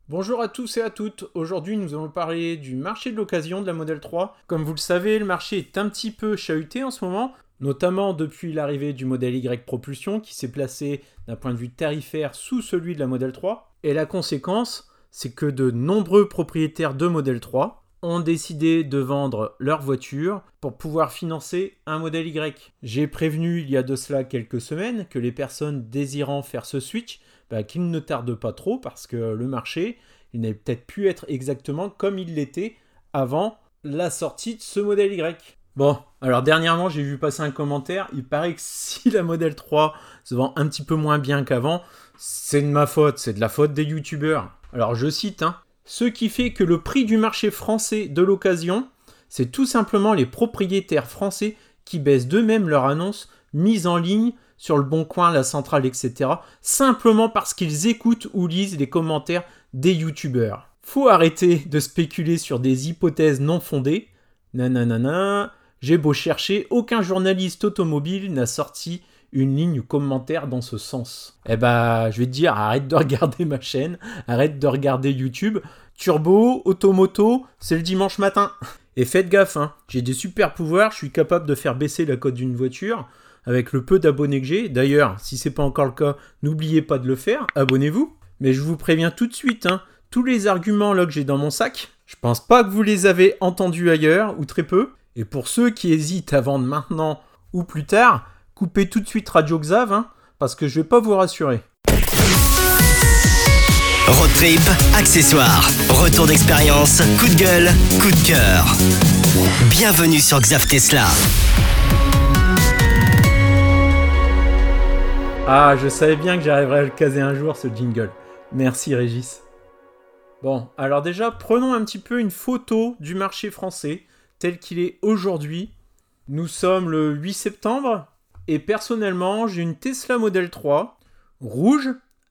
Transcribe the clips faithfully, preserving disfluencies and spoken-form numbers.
Bonjour à tous et à toutes, aujourd'hui nous allons parler du marché de l'occasion de la Model trois. Comme vous le savez, le marché est un petit peu chahuté en ce moment, notamment depuis l'arrivée du modèle Y Propulsion qui s'est placé d'un point de vue tarifaire sous celui de la Model trois. Et la conséquence, c'est que de nombreux propriétaires de Model trois ont décidé de vendre leur voiture pour pouvoir financer un modèle Y. J'ai prévenu il y a de cela quelques semaines que les personnes désirant faire ce switch, bah, qu'ils ne tardent pas trop parce que le marché, il n'avait peut-être pu être exactement comme il l'était avant la sortie de ce modèle Y. Bon, alors dernièrement j'ai vu passer un commentaire, il paraît que si la Model trois se vend un petit peu moins bien qu'avant, c'est de ma faute, c'est de la faute des youtubeurs. Alors je cite, hein, ce qui fait que le prix du marché français de l'occasion, c'est tout simplement les propriétaires français qui baissent d'eux-mêmes leurs annonces mises en ligne sur le Bon Coin, la Centrale, et cetera, simplement parce qu'ils écoutent ou lisent les commentaires des youtubeurs. Faut arrêter de spéculer sur des hypothèses non fondées. Nanana, j'ai beau chercher, aucun journaliste automobile n'a sorti une ligne commentaire dans ce sens. Eh bah, je vais te dire, arrête de regarder ma chaîne, arrête de regarder YouTube. Turbo, Automoto, c'est le dimanche matin. Et faites gaffe, hein, j'ai des super pouvoirs, je suis capable de faire baisser la cote d'une voiture avec le peu d'abonnés que j'ai. D'ailleurs, si c'est pas encore le cas, n'oubliez pas de le faire, abonnez-vous. Mais je vous préviens tout de suite, hein, tous les arguments là que j'ai dans mon sac, je pense pas que vous les avez entendus ailleurs, ou très peu. Et pour ceux qui hésitent à vendre maintenant ou plus tard, coupez tout de suite Radio Xav, hein, parce que je vais pas vous rassurer. Road trip, accessoires, retour d'expérience, coup de gueule, coup de cœur. Bienvenue sur Xav Tesla. Ah, je savais bien que j'arriverais à le caser un jour, ce jingle. Merci Régis. Bon, alors déjà, prenons un petit peu une photo du marché français, tel qu'il est aujourd'hui. Nous sommes le huit septembre, et personnellement, j'ai une Tesla Model trois, rouge,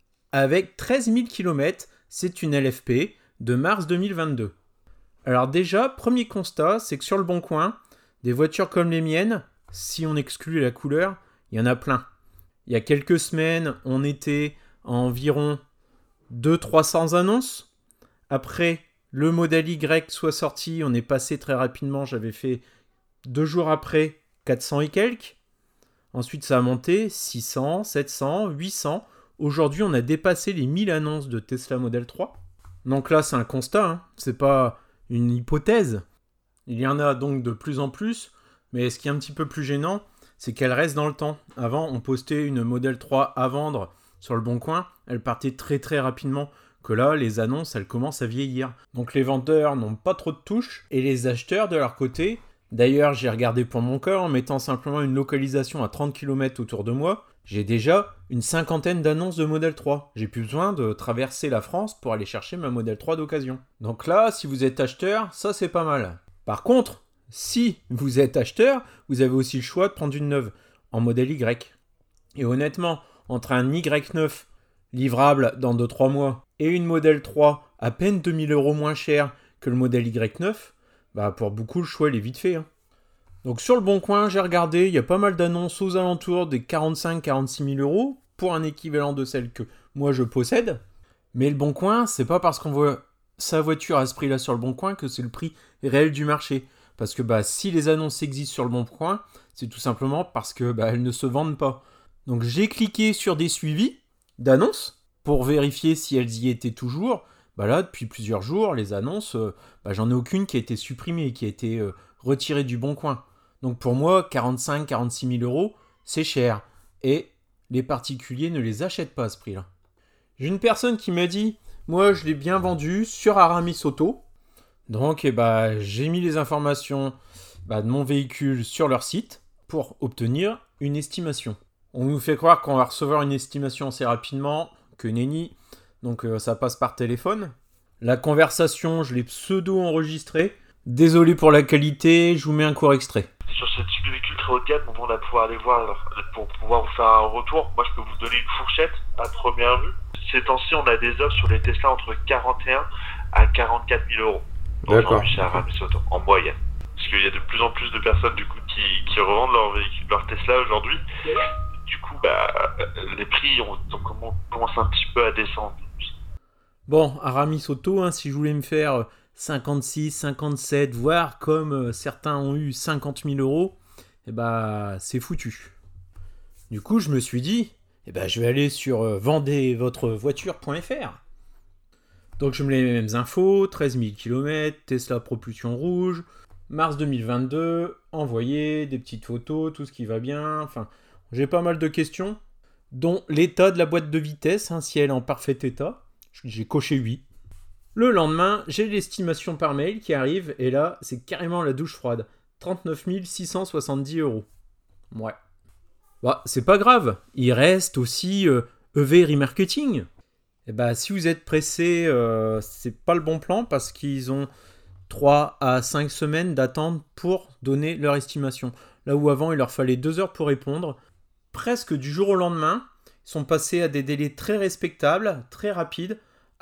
avec treize mille kilomètres, c'est une L F P, de mars deux mille vingt-deux. Alors déjà, premier constat, c'est que sur le Bon Coin, des voitures comme les miennes, si on exclut la couleur, il y en a plein. Il y a quelques semaines, on était à environ deux cents à trois cents annonces. Après, le modèle Y soit sorti, on est passé très rapidement, j'avais fait deux jours après, quatre cents et quelques. Ensuite, ça a monté, six cents, sept cents, huit cents. Aujourd'hui, on a dépassé les mille annonces de Tesla Model trois. Donc là, c'est un constat, hein. C'est pas une hypothèse. Il y en a donc de plus en plus, mais ce qui est un petit peu plus gênant, c'est qu'elle reste dans le temps. Avant, on postait une Model trois à vendre sur le Bon Coin, elle partait très très rapidement. Que là, les annonces, elles commencent à vieillir. Donc les vendeurs n'ont pas trop de touches, et les acheteurs, de leur côté, d'ailleurs, j'ai regardé pour mon cas, en mettant simplement une localisation à trente kilomètres autour de moi, j'ai déjà une cinquantaine d'annonces de Model trois. J'ai plus besoin de traverser la France pour aller chercher ma Model trois d'occasion. Donc là, si vous êtes acheteur, ça c'est pas mal. Par contre, si vous êtes acheteur, vous avez aussi le choix de prendre une neuve en modèle Y. Et honnêtement, entre un Y neuf livrable dans deux à trois mois et une Model trois à peine deux mille euros moins cher que le modèle Y neuf, bah pour beaucoup le choix il est vite fait. Hein. Donc sur le Bon Coin, j'ai regardé, il y a pas mal d'annonces aux alentours des quarante-cinq à quarante-six mille euros pour un équivalent de celle que moi je possède. Mais le Bon Coin, c'est pas parce qu'on voit sa voiture à ce prix-là sur le Bon Coin que c'est le prix réel du marché. Parce que bah, si les annonces existent sur le Bon Coin, c'est tout simplement parce que bah, elles ne se vendent pas. Donc j'ai cliqué sur des suivis d'annonces pour vérifier si elles y étaient toujours. Bah là, depuis plusieurs jours, les annonces, euh, bah, j'en ai aucune qui a été supprimée, qui a été euh, retirée du Bon Coin. Donc pour moi, quarante-cinq à quarante-six mille euros, c'est cher. Et les particuliers ne les achètent pas à ce prix-là. J'ai une personne qui m'a dit, moi je l'ai bien vendu sur Aramis Auto. Donc eh bah, j'ai mis les informations bah, de mon véhicule sur leur site pour obtenir une estimation. On nous fait croire qu'on va recevoir une estimation assez rapidement, que nenni, donc euh, ça passe par téléphone. La conversation, je l'ai pseudo-enregistrée. Désolé pour la qualité, je vous mets un court extrait. Sur ce type de véhicule très haut de gamme, on va pouvoir aller voir pour pouvoir vous faire un retour. Moi, je peux vous donner une fourchette à première vue. Ces temps-ci, on a des offres sur les Tesla entre quarante et un à quarante-quatre mille euros. D'accord. Chez Aramis Auto, en moyenne. Parce qu'il y a de plus en plus de personnes du coup qui, qui revendent leur véhicule, leur Tesla aujourd'hui. Du coup, bah, les prix ont, ont commencé un petit peu à descendre. Bon, Aramis Auto, hein, si je voulais me faire cinquante-six, cinquante-sept, voire comme euh, certains ont eu cinquante mille euros, eh ben, c'est foutu. Du coup, je me suis dit, eh ben, je vais aller sur euh, vendez votre voiture point f r. Donc, je me mets les mêmes infos, treize mille kilomètres, Tesla propulsion rouge, mars deux mille vingt-deux, envoyé, des petites photos, tout ce qui va bien. Enfin, j'ai pas mal de questions, dont l'état de la boîte de vitesse, hein, si elle est en parfait état. J'ai coché oui. Le lendemain, j'ai l'estimation par mail qui arrive, et là, c'est carrément la douche froide. trente-neuf mille six cent soixante-dix euros. Ouais. Bah, c'est pas grave. Il reste aussi euh, E V Remarketing. Et bah, si vous êtes pressé, euh, c'est pas le bon plan parce qu'ils ont trois à cinq semaines d'attente pour donner leur estimation. Là où avant, il leur fallait deux heures pour répondre. Presque du jour au lendemain, ils sont passés à des délais très respectables, très rapides,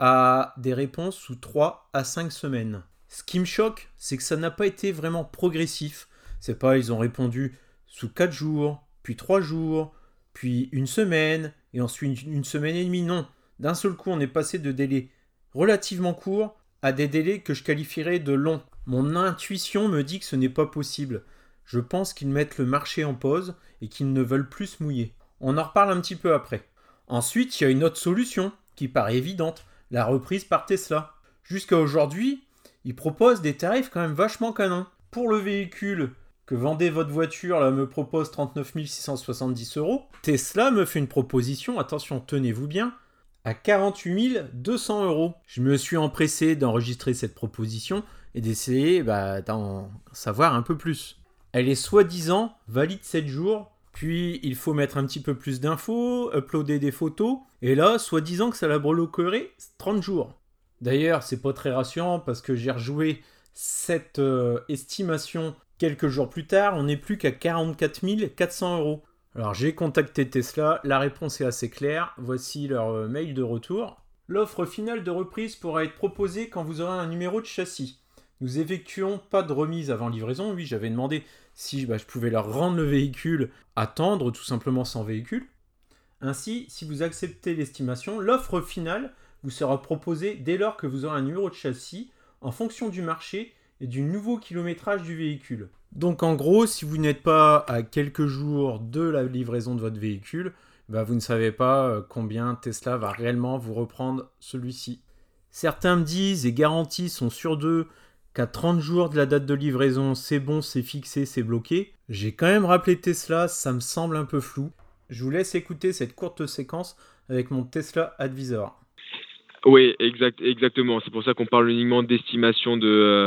à des réponses sous trois à cinq semaines. Ce qui me choque, c'est que ça n'a pas été vraiment progressif. C'est pas, ils ont répondu sous quatre jours, puis trois jours, puis une semaine, et ensuite une semaine et demie. Non, d'un seul coup, on est passé de délais relativement courts à des délais que je qualifierais de longs. Mon intuition me dit que ce n'est pas possible. Je pense qu'ils mettent le marché en pause et qu'ils ne veulent plus se mouiller. On en reparle un petit peu après. Ensuite, il y a une autre solution qui paraît évidente, la reprise par Tesla. Jusqu'à aujourd'hui, ils proposent des tarifs quand même vachement canons. Pour le véhicule que vendez votre voiture, là, me propose trente-neuf mille six cent soixante-dix euros. Tesla me fait une proposition, attention, tenez-vous bien, à quarante-huit mille deux cents euros. Je me suis empressé d'enregistrer cette proposition et d'essayer bah, d'en savoir un peu plus. Elle est soi-disant valide sept jours, puis il faut mettre un petit peu plus d'infos, uploader des photos, et là, soi-disant que ça la bloquerait trente jours. D'ailleurs, c'est pas très rassurant parce que j'ai rejoué cette euh, estimation quelques jours plus tard, on n'est plus qu'à quarante-quatre mille quatre cents euros. Alors j'ai contacté Tesla, la réponse est assez claire, voici leur euh, mail de retour. L'offre finale de reprise pourra être proposée quand vous aurez un numéro de châssis. Nous effectuons pas de remise avant livraison. Oui, j'avais demandé si bah, je pouvais leur rendre le véhicule, attendre tout simplement sans véhicule. Ainsi, si vous acceptez l'estimation, l'offre finale vous sera proposée dès lors que vous aurez un numéro de châssis en fonction du marché et du nouveau kilométrage du véhicule. Donc en gros, si vous n'êtes pas à quelques jours de la livraison de votre véhicule, bah, vous ne savez pas combien Tesla va réellement vous reprendre celui-ci. Certains me disent et garantissent, sont sûrs d'eux, qu'à trente jours de la date de livraison, c'est bon, c'est fixé, c'est bloqué. J'ai quand même rappelé Tesla, ça me semble un peu flou. Je vous laisse écouter cette courte séquence avec mon Tesla Advisor. Oui, exact, exactement. C'est pour ça qu'on parle uniquement d'estimation de,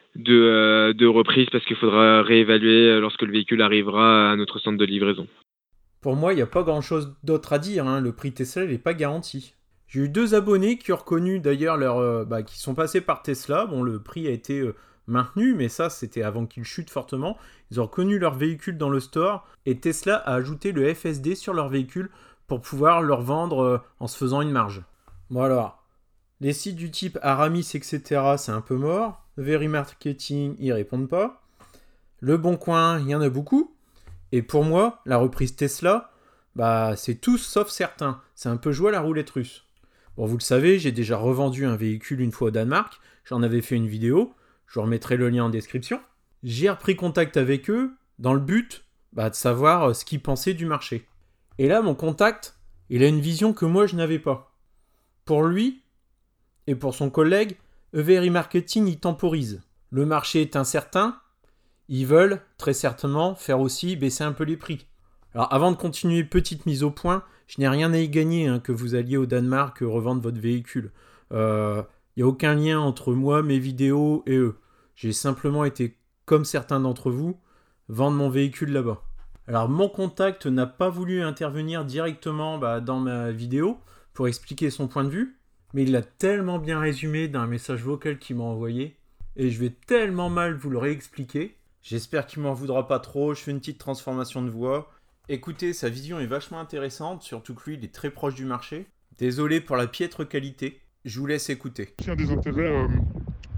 de, de reprise, parce qu'il faudra réévaluer lorsque le véhicule arrivera à notre centre de livraison. Pour moi, il n'y a pas grand-chose d'autre à dire, hein. Le prix Tesla n'est pas garanti. J'ai eu deux abonnés qui ont reconnu d'ailleurs leur, euh, bah, qui sont passés par Tesla. Bon, le prix a été euh, maintenu, mais ça, c'était avant qu'il chute fortement. Ils ont reconnu leur véhicule dans le store et Tesla a ajouté le F S D sur leur véhicule pour pouvoir leur vendre euh, en se faisant une marge. Bon alors, les sites du type Aramis, et cetera, c'est un peu mort. Very Marketing, ils répondent pas. Le Bon Coin, il y en a beaucoup. Et pour moi, la reprise Tesla, bah, c'est tous sauf certains. C'est un peu jouer à la roulette russe. Bon, vous le savez, j'ai déjà revendu un véhicule une fois au Danemark. J'en avais fait une vidéo. Je vous remettrai le lien en description. J'ai repris contact avec eux dans le but bah, de savoir ce qu'ils pensaient du marché. Et là, mon contact, il a une vision que moi, je n'avais pas. Pour lui et pour son collègue, E V Remarketing, il temporise. Le marché est incertain. Ils veulent, très certainement, faire aussi baisser un peu les prix. Alors, avant de continuer, petite mise au point, je n'ai rien à y gagner hein, que vous alliez au Danemark revendre votre véhicule. Il euh, n'y a aucun lien entre moi, mes vidéos et eux. J'ai simplement été, comme certains d'entre vous, vendre mon véhicule là-bas. Alors, mon contact n'a pas voulu intervenir directement bah, dans ma vidéo pour expliquer son point de vue, mais il l'a tellement bien résumé dans un message vocal qu'il m'a envoyé, et je vais tellement mal vous le réexpliquer. J'espère qu'il m'en voudra pas trop, je fais une petite transformation de voix. Écoutez, sa vision est vachement intéressante, surtout que lui, il est très proche du marché. Désolé pour la piètre qualité, je vous laisse écouter. Il y a des intérêts euh,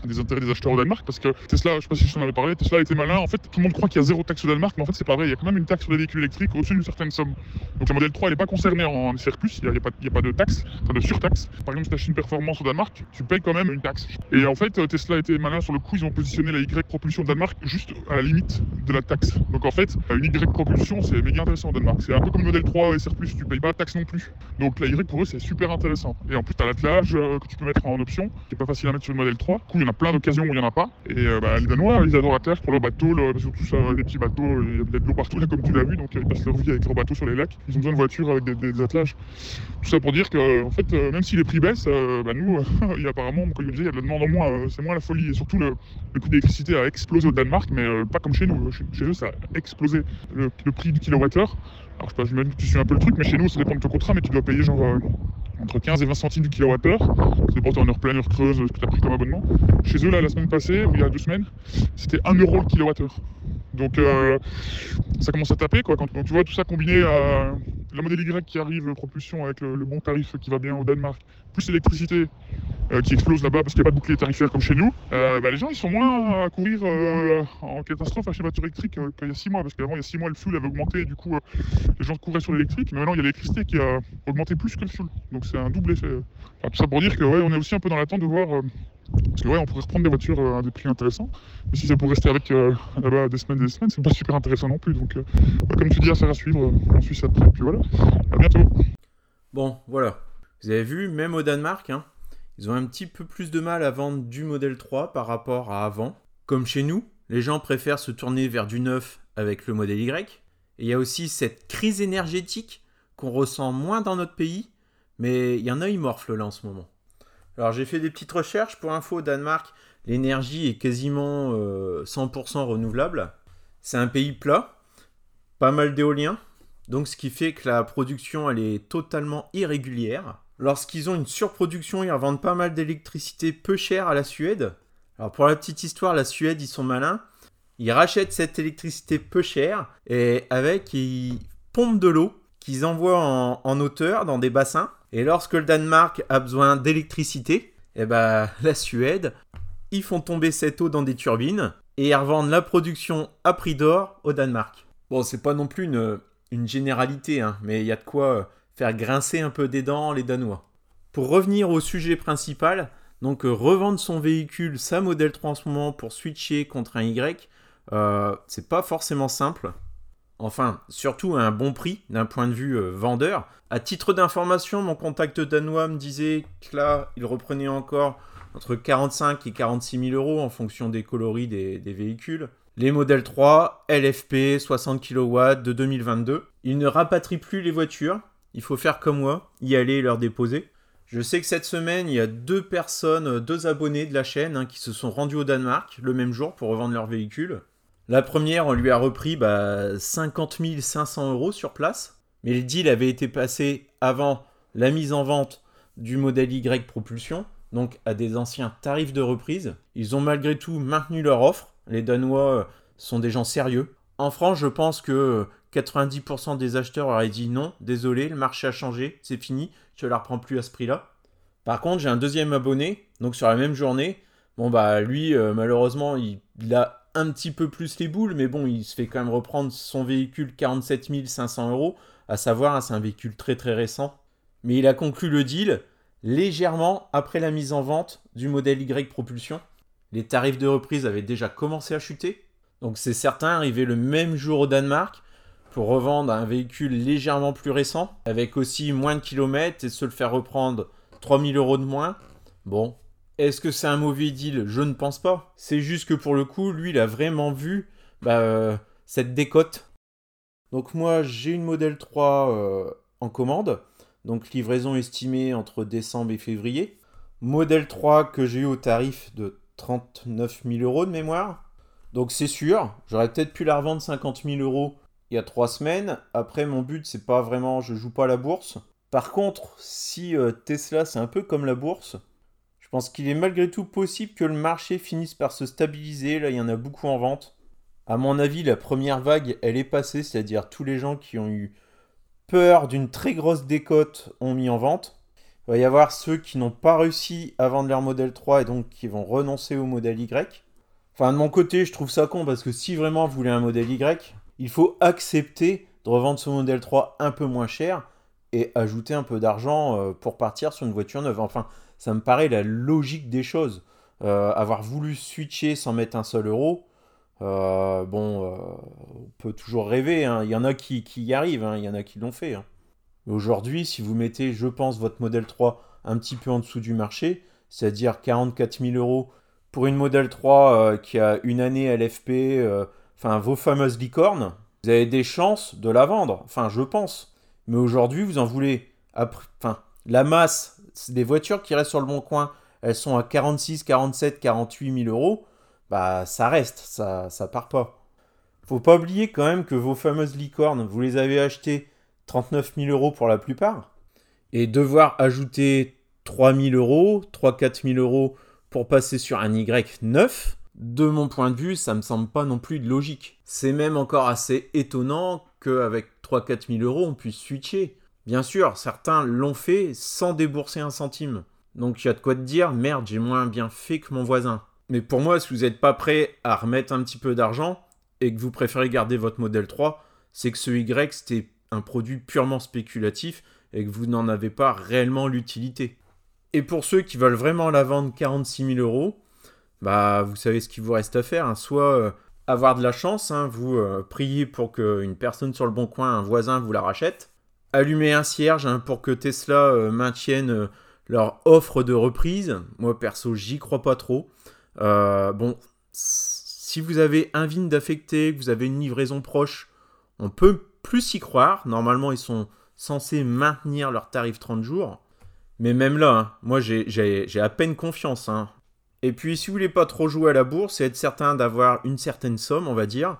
des intérêts des acheteurs au Danemark, parce que Tesla, je sais pas si je t'en avais parlé, Tesla était malin. En fait, tout le monde croit qu'il y a zéro taxe au Danemark, mais en fait, c'est pas vrai. Il y a quand même une taxe sur les véhicules électriques au-dessus d'une certaine somme. Donc, le modèle trois, elle est pas concernée en C R plus, il n'y a, a, a pas de taxe, enfin de surtaxe. Par exemple, si tu achètes une performance au Danemark, tu payes quand même une taxe. Et en fait, Tesla était malin sur le coup, ils ont positionné la Y propulsion au Danemark juste à la limite de la taxe. Donc, en fait, une Y propulsion, c'est méga intéressant au Danemark. C'est un peu comme le modèle trois S R plus, tu payes pas de taxe non plus. Donc, la Y pour eux, c'est super intéressant. Et en plus, tu as l'attelage euh, que tu peux mettre en option, qui est pas facile à mettre sur le modèle trois. Du coup, il y en a plein d'occasions où il y en a pas. Et euh, bah, les Danois, ils adorent l'attelage pour leurs bateaux, le, surtout ça, les petits bateaux, il y a de l'eau partout là, comme tu l'as vu, donc ils passent leur vie avec leurs bateaux sur les lacs. Ils ont besoin de voitures avec des, des, des attelages. Tout ça pour dire que, en fait, euh, même si les prix baissent, euh, bah, nous, il y a apparemment, comme je disais, il y a de la demande en moins, euh, c'est moins la folie. Et surtout, le, le prix d'électricité a explosé au Danemark, mais euh, pas comme chez nous. Chez, chez eux, ça a explosé le, le prix du kilowattheure. Alors, je sais pas, j'imagine que tu suis un peu le truc, mais chez nous, ça dépend de ton contrat, mais tu dois payer genre euh, entre quinze et vingt centimes du kilowattheure. Ça dépend en heure pleine, heure creuse, ce que tu as pris comme abonnement. Chez eux, là, la semaine passée, ou il y a deux semaines, c'était un euro le kilowattheure. Donc, euh, ça commence à taper, quoi. Quand, quand tu vois tout ça combiné à la modèle Y qui arrive, propulsion avec le, le bon tarif qui va bien au Danemark, plus l'électricité euh, qui explose là-bas parce qu'il n'y a pas de bouclier tarifaire comme chez nous, euh, bah, les gens ils sont moins à courir euh, en catastrophe à chez voiture électrique euh, qu'il y a six mois, parce qu'avant il y a six mois le fuel avait augmenté et du coup euh, les gens couraient sur l'électrique, mais maintenant il y a l'électricité qui a augmenté plus que le fuel, donc c'est un double effet. Enfin, tout ça pour dire que ouais, on est aussi un peu dans l'attente de voir, euh, parce que ouais, on pourrait reprendre des voitures euh, à des prix intéressants, mais si ça pourrait rester avec euh, là-bas des semaines et des semaines, c'est pas super intéressant non plus, donc euh, bah, comme tu dis, affaire à suivre, euh, on suit ça de près, puis voilà, à bientôt. Bon, voilà. Vous avez vu, même au Danemark, hein, ils ont un petit peu plus de mal à vendre du modèle trois par rapport à avant. Comme chez nous, les gens préfèrent se tourner vers du neuf avec le modèle Y. Et il y a aussi cette crise énergétique qu'on ressent moins dans notre pays, mais il y en a, ils morflent là en ce moment. Alors j'ai fait des petites recherches. Pour info, au Danemark, l'énergie est quasiment euh, cent pour cent renouvelable. C'est un pays plat, pas mal d'éoliens. Donc ce qui fait que la production elle est totalement irrégulière. Lorsqu'ils ont une surproduction, ils revendent pas mal d'électricité peu chère à la Suède. Alors pour la petite histoire, la Suède, ils sont malins. Ils rachètent cette électricité peu chère et avec, ils pompent de l'eau qu'ils envoient en, en hauteur dans des bassins. Et lorsque le Danemark a besoin d'électricité, eh ben, la Suède, ils font tomber cette eau dans des turbines et ils revendent la production à prix d'or au Danemark. Bon, c'est pas non plus une... une généralité, hein, mais il y a de quoi faire grincer un peu des dents les Danois. Pour revenir au sujet principal, donc euh, revendre son véhicule, sa modèle trois en ce moment, pour switcher contre un Y, euh, c'est pas forcément simple. Enfin, surtout à un bon prix d'un point de vue euh, vendeur. À titre d'information, mon contact danois me disait que là, il reprenait encore entre quarante-cinq et quarante-six mille euros en fonction des coloris des, des véhicules. Les modèles trois, L F P, soixante kilowatts de deux mille vingt-deux. Ils ne rapatrient plus les voitures. Il faut faire comme moi, y aller et leur déposer. Je sais que cette semaine, il y a deux personnes, deux abonnés de la chaîne hein, qui se sont rendus au Danemark le même jour pour revendre leur véhicule. La première, on lui a repris bah, cinquante mille cinq cents euros sur place. Mais le deal avait été passé avant la mise en vente du modèle Y propulsion, donc à des anciens tarifs de reprise. Ils ont malgré tout maintenu leur offre. Les Danois sont des gens sérieux. En France, je pense que quatre-vingt-dix pour cent des acheteurs auraient dit non, désolé, le marché a changé, c'est fini, je ne la reprends plus à ce prix-là. Par contre, j'ai un deuxième abonné, donc sur la même journée, bon bah lui, euh, malheureusement, il, il a un petit peu plus les boules, mais bon, il se fait quand même reprendre son véhicule quarante-sept mille cinq cents euros, à savoir, hein, c'est un véhicule très très récent. Mais il a conclu le deal légèrement après la mise en vente du modèle Y propulsion. Les tarifs de reprise avaient déjà commencé à chuter. Donc c'est certain, arrivé le même jour au Danemark pour revendre un véhicule légèrement plus récent, avec aussi moins de kilomètres et se le faire reprendre trois mille euros de moins. Bon, est-ce que c'est un mauvais deal ? Je ne pense pas. C'est juste que pour le coup, lui, il a vraiment vu bah, euh, cette décote. Donc moi, j'ai une modèle trois euh, en commande. Donc livraison estimée entre décembre et février. Modèle trois que j'ai eu au tarif de trente-neuf mille euros de mémoire. Donc c'est sûr, j'aurais peut-être pu la revendre cinquante mille euros il y a trois semaines. Après, mon but, c'est pas vraiment, je joue pas à la bourse. Par contre, si euh, Tesla, c'est un peu comme la bourse, je pense qu'il est malgré tout possible que le marché finisse par se stabiliser. Là, il y en a beaucoup en vente. À mon avis, la première vague, elle est passée, c'est-à-dire tous les gens qui ont eu peur d'une très grosse décote ont mis en vente. Il va y avoir ceux qui n'ont pas réussi à vendre leur modèle trois et donc qui vont renoncer au modèle Y. Enfin, de mon côté, je trouve ça con parce que si vraiment vous voulez un modèle Y, il faut accepter de revendre ce modèle trois un peu moins cher et ajouter un peu d'argent pour partir sur une voiture neuve. Enfin, ça me paraît la logique des choses. Euh, avoir voulu switcher sans mettre un seul euro, euh, bon, euh, on peut toujours rêver. Hein. Il y en a qui, qui y arrivent, hein. Il y en a qui l'ont fait. Hein. Aujourd'hui, si vous mettez, je pense, votre modèle trois un petit peu en dessous du marché, c'est-à-dire quarante-quatre mille euros pour une modèle trois euh, qui a une année L F P, euh, enfin vos fameuses licornes, vous avez des chances de la vendre. Enfin, je pense. Mais aujourd'hui, vous en voulez. Après, enfin, la masse, c'est des voitures qui restent sur le bon coin, elles sont à quarante-six, quarante-sept, quarante-huit mille euros. Bah, ça reste, ça, ça part pas. Faut pas oublier quand même que vos fameuses licornes, vous les avez achetées trente-neuf mille euros pour la plupart. Et devoir ajouter trois mille euros, trois à quatre mille euros pour passer sur un Y neuf, de mon point de vue, ça me semble pas non plus de logique. C'est même encore assez étonnant qu'avec trois à quatre mille euros, on puisse switcher. Bien sûr, certains l'ont fait sans débourser un centime. Donc il y a de quoi te dire, merde, j'ai moins bien fait que mon voisin. Mais pour moi, si vous n'êtes pas prêt à remettre un petit peu d'argent et que vous préférez garder votre modèle trois, c'est que ce Y, c'était un produit purement spéculatif et que vous n'en avez pas réellement l'utilité. Et pour ceux qui veulent vraiment la vendre quarante-six mille euros, bah, vous savez ce qu'il vous reste à faire. Hein. Soit euh, avoir de la chance, hein, vous euh, priez pour qu'une personne sur le bon coin, un voisin, vous la rachète. Allumer un cierge hein, pour que Tesla euh, maintienne euh, leur offre de reprise. Moi, perso, j'y crois pas trop. Euh, bon, si vous avez un V I N d'affecté, que vous avez une livraison proche, on peut plus y croire. Normalement, ils sont censés maintenir leur tarif trente jours. Mais même là, hein, moi, j'ai, j'ai, j'ai à peine confiance. Hein. Et puis, si vous voulez pas trop jouer à la bourse et être certain d'avoir une certaine somme, on va dire,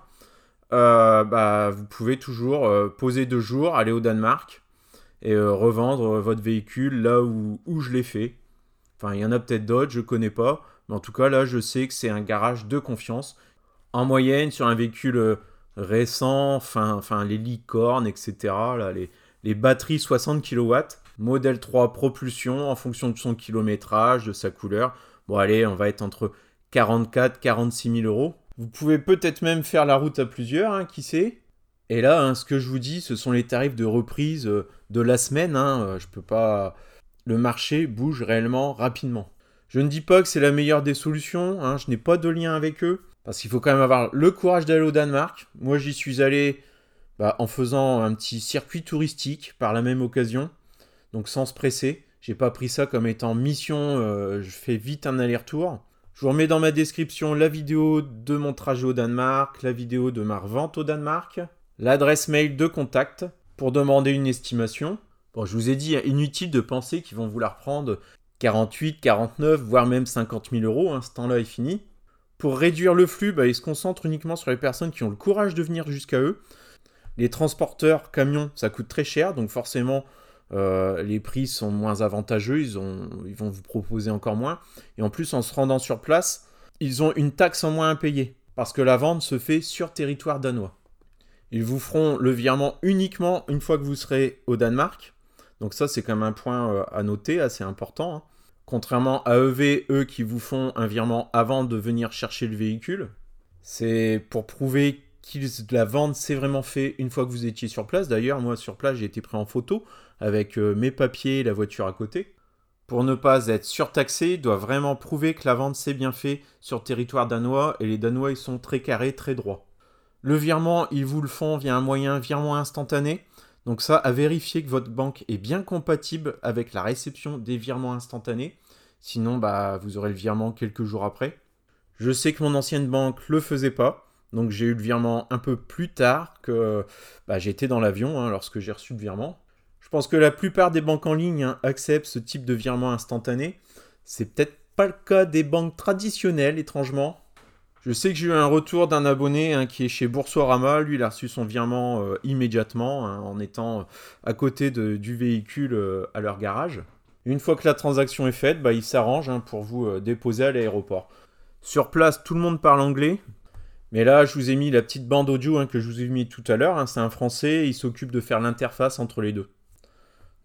euh, bah, vous pouvez toujours euh, poser deux jours, aller au Danemark et euh, revendre votre véhicule là où, où je l'ai fait. Enfin, il y en a peut-être d'autres, je connais pas. Mais en tout cas, là, je sais que c'est un garage de confiance. En moyenne, sur un véhicule euh, récent, enfin, enfin, les licornes, et cetera, là, les, les batteries soixante kilowatts, modèle trois propulsion en fonction de son kilométrage, de sa couleur. Bon, allez, on va être entre quarante-quatre et quarante-six mille euros. Vous pouvez peut-être même faire la route à plusieurs, hein, qui sait. Et là, hein, ce que je vous dis, ce sont les tarifs de reprise euh, de la semaine. Hein, je peux pas... Le marché bouge réellement rapidement. Je ne dis pas que c'est la meilleure des solutions, hein, je n'ai pas de lien avec eux, parce qu'il faut quand même avoir le courage d'aller au Danemark. Moi, j'y suis allé bah, en faisant un petit circuit touristique par la même occasion, donc sans se presser. J'ai pas pris ça comme étant mission, euh, je fais vite un aller-retour. Je vous remets dans ma description la vidéo de mon trajet au Danemark, la vidéo de ma revente au Danemark, l'adresse mail de contact pour demander une estimation. Bon, je vous ai dit, inutile de penser qu'ils vont vouloir prendre quarante-huit, quarante-neuf, voire même cinquante mille euros, hein, ce temps-là est fini. Pour réduire le flux, bah, ils se concentrent uniquement sur les personnes qui ont le courage de venir jusqu'à eux. Les transporteurs, camions, ça coûte très cher, donc forcément, euh, les prix sont moins avantageux, ils, ont, ils vont vous proposer encore moins. Et en plus, en se rendant sur place, ils ont une taxe en moins à payer, parce que la vente se fait sur territoire danois. Ils vous feront le virement uniquement une fois que vous serez au Danemark. Donc ça, c'est quand même un point à noter, assez important. Hein. Contrairement à E V, eux qui vous font un virement avant de venir chercher le véhicule, c'est pour prouver que la vente s'est vraiment fait une fois que vous étiez sur place. D'ailleurs, moi, sur place, j'ai été pris en photo avec mes papiers et la voiture à côté. Pour ne pas être surtaxé, il doit vraiment prouver que la vente s'est bien fait sur le territoire danois, et les Danois, ils sont très carrés, très droits. Le virement, ils vous le font via un moyen virement instantané. Donc ça, à vérifier que votre banque est bien compatible avec la réception des virements instantanés. Sinon, bah, vous aurez le virement quelques jours après. Je sais que mon ancienne banque ne le faisait pas. Donc j'ai eu le virement un peu plus tard que bah, j'étais dans l'avion hein, lorsque j'ai reçu le virement. Je pense que la plupart des banques en ligne hein, acceptent ce type de virement instantané. C'est peut-être pas le cas des banques traditionnelles, étrangement. Je sais que j'ai eu un retour d'un abonné hein, qui est chez Boursorama. Lui, il a reçu son virement euh, immédiatement hein, en étant euh, à côté de, du véhicule euh, à leur garage. Une fois que la transaction est faite, bah, il s'arrange hein, pour vous euh, déposer à l'aéroport. Sur place, tout le monde parle anglais. Mais là, je vous ai mis la petite bande audio hein, que je vous ai mis tout à l'heure. Hein, c'est un Français, il s'occupe de faire l'interface entre les deux.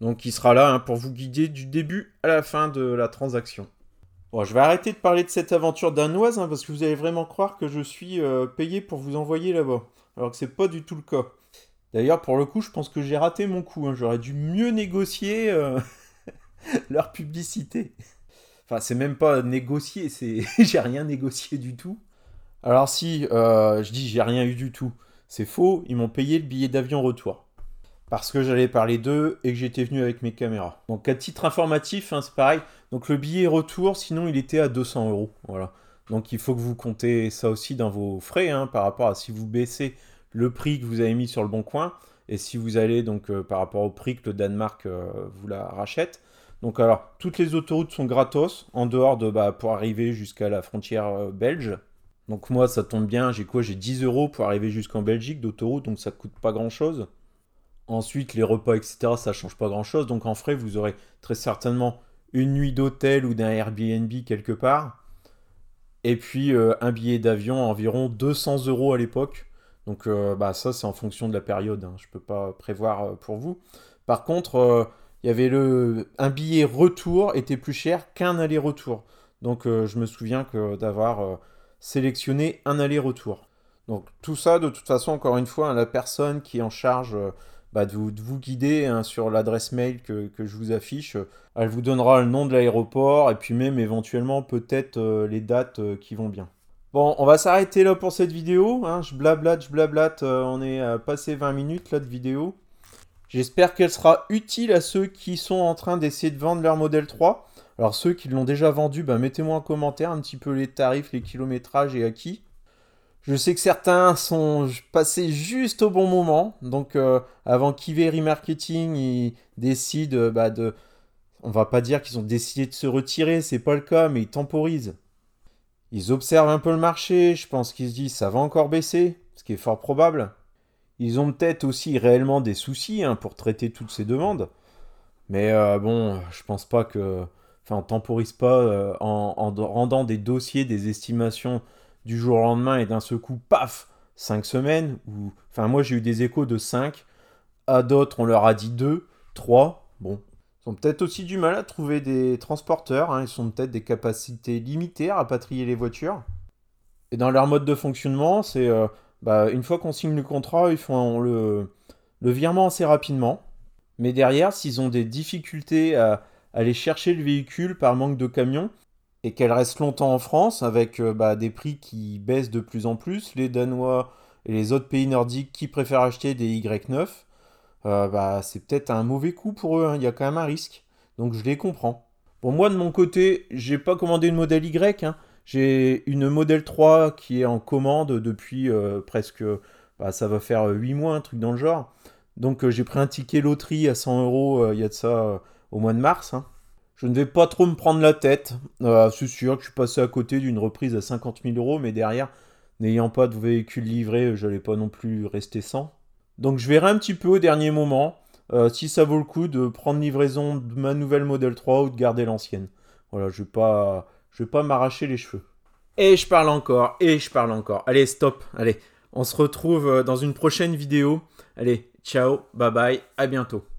Donc il sera là hein, pour vous guider du début à la fin de la transaction. Bon, je vais arrêter de parler de cette aventure danoise hein, parce que vous allez vraiment croire que je suis euh, payé pour vous envoyer là-bas. Alors que c'est pas du tout le cas. D'ailleurs, pour le coup, je pense que j'ai raté mon coup. Hein. J'aurais dû mieux négocier euh, leur publicité. Enfin, c'est même pas négocier, c'est j'ai rien négocié du tout. Alors si, euh, je dis j'ai rien eu du tout. C'est faux, ils m'ont payé le billet d'avion retour. Parce que j'allais parler d'eux et que j'étais venu avec mes caméras. Donc à titre informatif, hein, c'est pareil. Donc le billet retour, sinon il était à deux cents euros. Voilà. Donc il faut que vous comptez ça aussi dans vos frais, hein, par rapport à si vous baissez le prix que vous avez mis sur le bon coin. Et si vous allez, donc euh, par rapport au prix que le Danemark euh, vous la rachète. Donc alors, toutes les autoroutes sont gratos, en dehors de, bah, pour arriver jusqu'à la frontière euh, belge. Donc moi, ça tombe bien, j'ai quoi? J'ai dix euros pour arriver jusqu'en Belgique d'autoroute, donc ça coûte pas grand-chose. Ensuite, les repas, et cetera, ça change pas grand-chose. Donc en frais, vous aurez très certainement une nuit d'hôtel ou d'un Airbnb quelque part. Et puis euh, un billet d'avion à environ deux cents euros à l'époque. Donc euh, bah, ça, c'est en fonction de la période. Hein. Je peux pas prévoir euh, pour vous. Par contre, euh, il y avait le... un billet retour était plus cher qu'un aller-retour. Donc euh, je me souviens que d'avoir euh, sélectionné un aller-retour. Donc tout ça, de toute façon, encore une fois, hein, la personne qui est en charge... Euh, Bah, de, vous, de vous guider hein, sur l'adresse mail que, que je vous affiche. Elle vous donnera le nom de l'aéroport et puis même éventuellement peut-être euh, les dates euh, qui vont bien. Bon, on va s'arrêter là pour cette vidéo. Hein. Je blablate, je blablate. Euh, on est euh, passé vingt minutes là de vidéo. J'espère qu'elle sera utile à ceux qui sont en train d'essayer de vendre leur modèle trois. Alors ceux qui l'ont déjà vendu, bah, mettez-moi en commentaire un petit peu les tarifs, les kilométrages et à qui. Je sais que certains sont passés juste au bon moment, donc euh, avant qu'I V Remarketing ils décident bah, de... On va pas dire qu'ils ont décidé de se retirer, c'est pas le cas, mais ils temporisent. Ils observent un peu le marché, je pense qu'ils se disent ça va encore baisser, ce qui est fort probable. Ils ont peut-être aussi réellement des soucis hein, pour traiter toutes ces demandes, mais euh, bon, je pense pas que... Enfin, on temporise pas euh, en, en rendant des dossiers, des estimations... du jour au lendemain et d'un seul coup, paf, cinq semaines. Ou... Enfin, moi, j'ai eu des échos de cinq. À d'autres, on leur a dit deux, trois. Bon, ils ont peut-être aussi du mal à trouver des transporteurs. Hein. Ils ont peut-être des capacités limitées à rapatrier les voitures. Et dans leur mode de fonctionnement, c'est... Euh, bah, une fois qu'on signe le contrat, ils font le, le virement assez rapidement. Mais derrière, s'ils ont des difficultés à aller chercher le véhicule par manque de camions, et qu'elle reste longtemps en France avec euh, bah, des prix qui baissent de plus en plus, les Danois et les autres pays nordiques qui préfèrent acheter des Y neuf, euh, bah, c'est peut-être un mauvais coup pour eux, hein. Il y a quand même un risque, donc je les comprends. Bon, moi de mon côté, j'ai pas commandé une modèle Y, hein. J'ai une modèle trois qui est en commande depuis euh, presque, bah, ça va faire huit mois, un truc dans le genre. Donc euh, j'ai pris un ticket loterie à cent euros, il y a de ça euh, au mois de mars, hein. Je ne vais pas trop me prendre la tête. Euh, c'est sûr que je suis passé à côté d'une reprise à cinquante mille euros, mais derrière, n'ayant pas de véhicule livré, je n'allais pas non plus rester sans. Donc je verrai un petit peu au dernier moment euh, si ça vaut le coup de prendre livraison de ma nouvelle Model trois ou de garder l'ancienne. Voilà, je ne vais pas, je vais pas m'arracher les cheveux. Et je parle encore, et je parle encore. Allez, stop. Allez, on se retrouve dans une prochaine vidéo. Allez, ciao, bye bye, à bientôt.